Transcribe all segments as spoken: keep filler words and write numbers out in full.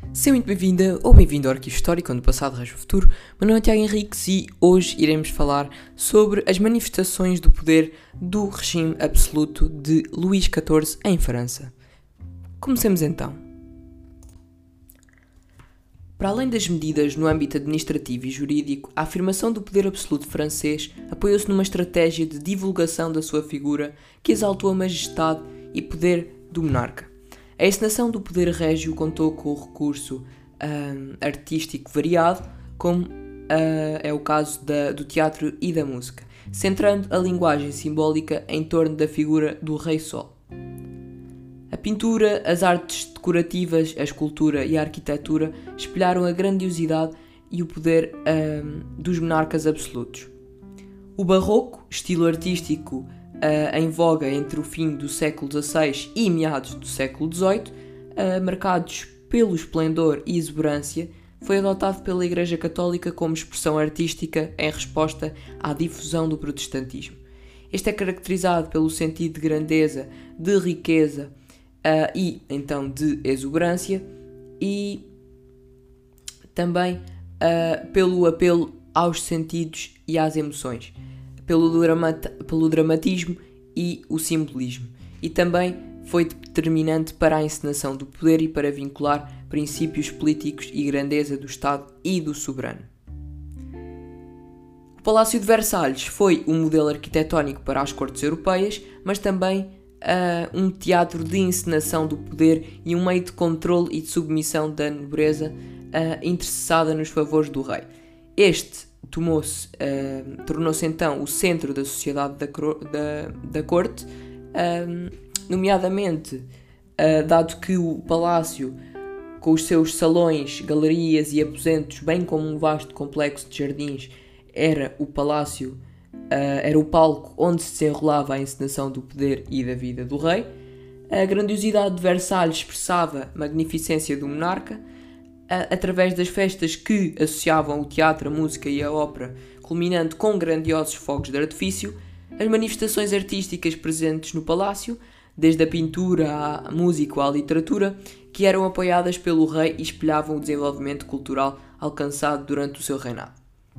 Seja muito bem-vinda ou bem-vindo ao Arquivo Histórico, onde o passado rege o futuro. Meu nome é Tiago Henriques e hoje iremos falar sobre as manifestações do poder do regime absoluto de Luís catorze em França. Comecemos então. Para além das medidas no âmbito administrativo e jurídico, a afirmação do poder absoluto francês apoiou-se numa estratégia de divulgação da sua figura que exaltou a majestade e poder do monarca. A encenação do poder régio contou com o recurso um, artístico variado, como uh, é o caso da, do teatro e da música, centrando a linguagem simbólica em torno da figura do Rei Sol. A pintura, as artes decorativas, a escultura e a arquitetura espelharam a grandiosidade e o poder um, dos monarcas absolutos. O barroco, estilo artístico Uh, em voga entre o fim do século dezasseis e meados do século dezoito, uh, marcados pelo esplendor e exuberância, foi adotado pela Igreja Católica como expressão artística em resposta à difusão do protestantismo. Este é caracterizado pelo sentido de grandeza, de riqueza uh, e, então, de exuberância e também uh, pelo apelo aos sentidos e às emoções. Pelo, dramata, pelo dramatismo e o simbolismo, e também foi determinante para a encenação do poder e para vincular princípios políticos e grandeza do Estado e do soberano. O Palácio de Versalhes foi um modelo arquitetónico para as cortes europeias, mas também uh, um teatro de encenação do poder e um meio de controle e de submissão da nobreza uh, interessada nos favores do rei. Este Tomou-se, uh, tornou-se então o centro da sociedade da, da, da corte, uh, nomeadamente, uh, dado que o palácio, com os seus salões, galerias e aposentos, bem como um vasto complexo de jardins, era o palácio, uh, era o palco onde se desenrolava a encenação do poder e da vida do rei. A grandiosidade de Versalhes expressava a magnificência do monarca, através das festas que associavam o teatro, a música e a ópera, culminando com grandiosos fogos de artifício, as manifestações artísticas presentes no palácio, desde a pintura à música à literatura, que eram apoiadas pelo rei e espelhavam o desenvolvimento cultural alcançado durante o seu reinado.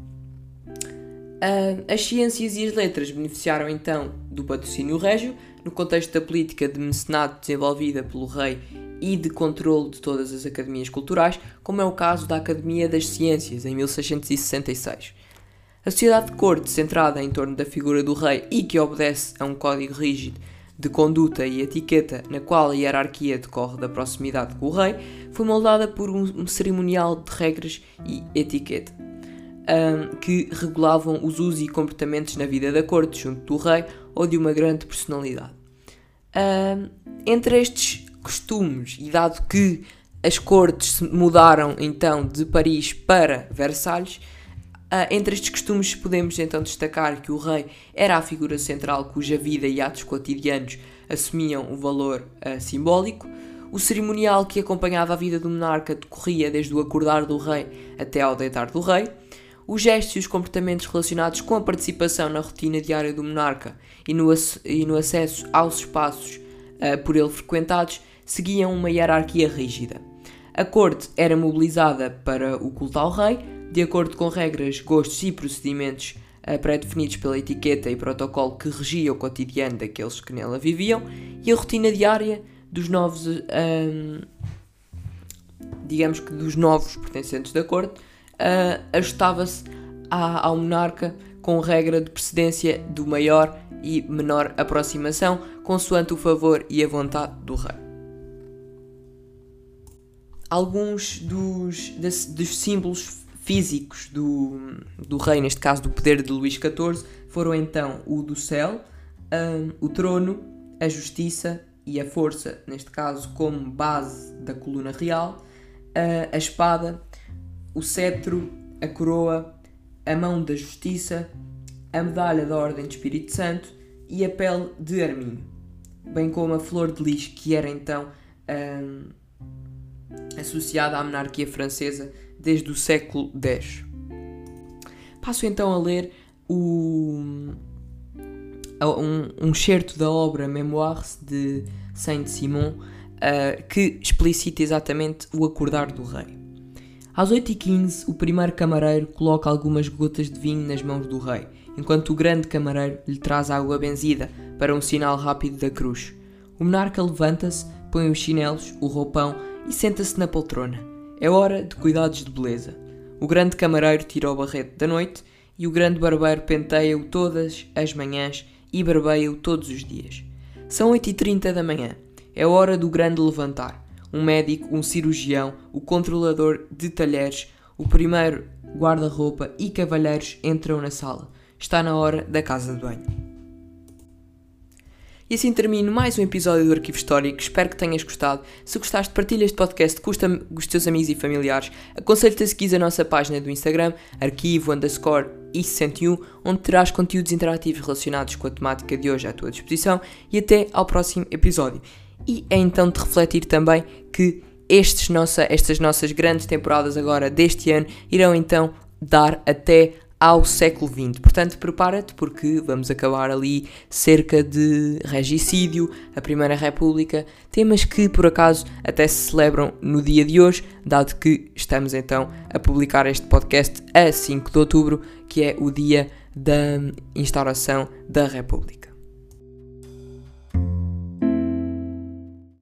As ciências e as letras beneficiaram então do patrocínio régio, no contexto da política de mecenato desenvolvida pelo rei e de controle de todas as academias culturais, como é o caso da Academia das Ciências, em mil seiscentos e sessenta e seis. A sociedade de corte, centrada em torno da figura do rei e que obedece a um código rígido de conduta e etiqueta, na qual a hierarquia decorre da proximidade com o rei, foi moldada por um cerimonial de regras e etiqueta, um, que regulavam os usos e comportamentos na vida da corte, junto do rei ou de uma grande personalidade. Um, entre estes costumes, e dado que as cortes se mudaram então de Paris para Versalhes, uh, entre estes costumes podemos então destacar que o rei era a figura central cuja vida e atos cotidianos assumiam um valor uh, simbólico. O cerimonial que acompanhava a vida do monarca decorria desde o acordar do rei até ao deitar do rei. Os gestos e os comportamentos relacionados com a participação na rotina diária do monarca e no, e no acesso aos espaços uh, por ele frequentados seguiam uma hierarquia rígida. A corte era mobilizada para o culto ao rei, de acordo com regras, gostos e procedimentos uh, pré-definidos pela etiqueta e protocolo que regia o cotidiano daqueles que nela viviam, e a rotina diária dos novos, um, digamos que dos novos pertencentes da corte, uh, ajustava-se a, ao monarca com regra de precedência do maior e menor aproximação, consoante o favor e a vontade do rei. Alguns dos, dos, dos símbolos físicos do, do rei, neste caso do poder de Luís catorze, foram então o do céu, um, o trono, a justiça e a força, neste caso como base da coluna real, uh, a espada, o cetro, a coroa, a mão da justiça, a medalha da Ordem do Espírito Santo e a pele de arminho, bem como a flor de lis, que era então um, associada à monarquia francesa desde o século dez. Passo então a ler o, um, um certo da obra Mémoires de Saint-Simon, uh, que explicita exatamente o acordar do rei. Às oito e quinze, o primeiro camareiro coloca algumas gotas de vinho nas mãos do rei, enquanto o grande camareiro lhe traz água benzida para um sinal rápido da cruz. O monarca levanta-se, põe os chinelos, o roupão e senta-se na poltrona. É hora de cuidados de beleza. O grande camareiro tira o barrete da noite e o grande barbeiro penteia-o todas as manhãs e barbeia-o todos os dias. São oito e trinta da manhã. É hora do grande levantar. Um médico, um cirurgião, o controlador de talheres, o primeiro guarda-roupa e cavalheiros entram na sala. Está na hora da casa de banho. E assim termino mais um episódio do Arquivo Histórico. Espero que tenhas gostado. Se gostaste, partilha este podcast com os teus amigos e familiares. Aconselho-te a seguir a nossa página do Instagram, arquivo underscore I sessenta e um, onde terás conteúdos interativos relacionados com a temática de hoje à tua disposição. E até ao próximo episódio. E é então de refletir também que estes nossa, estas nossas grandes temporadas agora deste ano irão então dar até ao século vinte. Portanto, prepara-te porque vamos acabar ali cerca de regicídio, a Primeira República, temas que por acaso até se celebram no dia de hoje, dado que estamos então a publicar este podcast a cinco de outubro, que é o dia da instauração da República.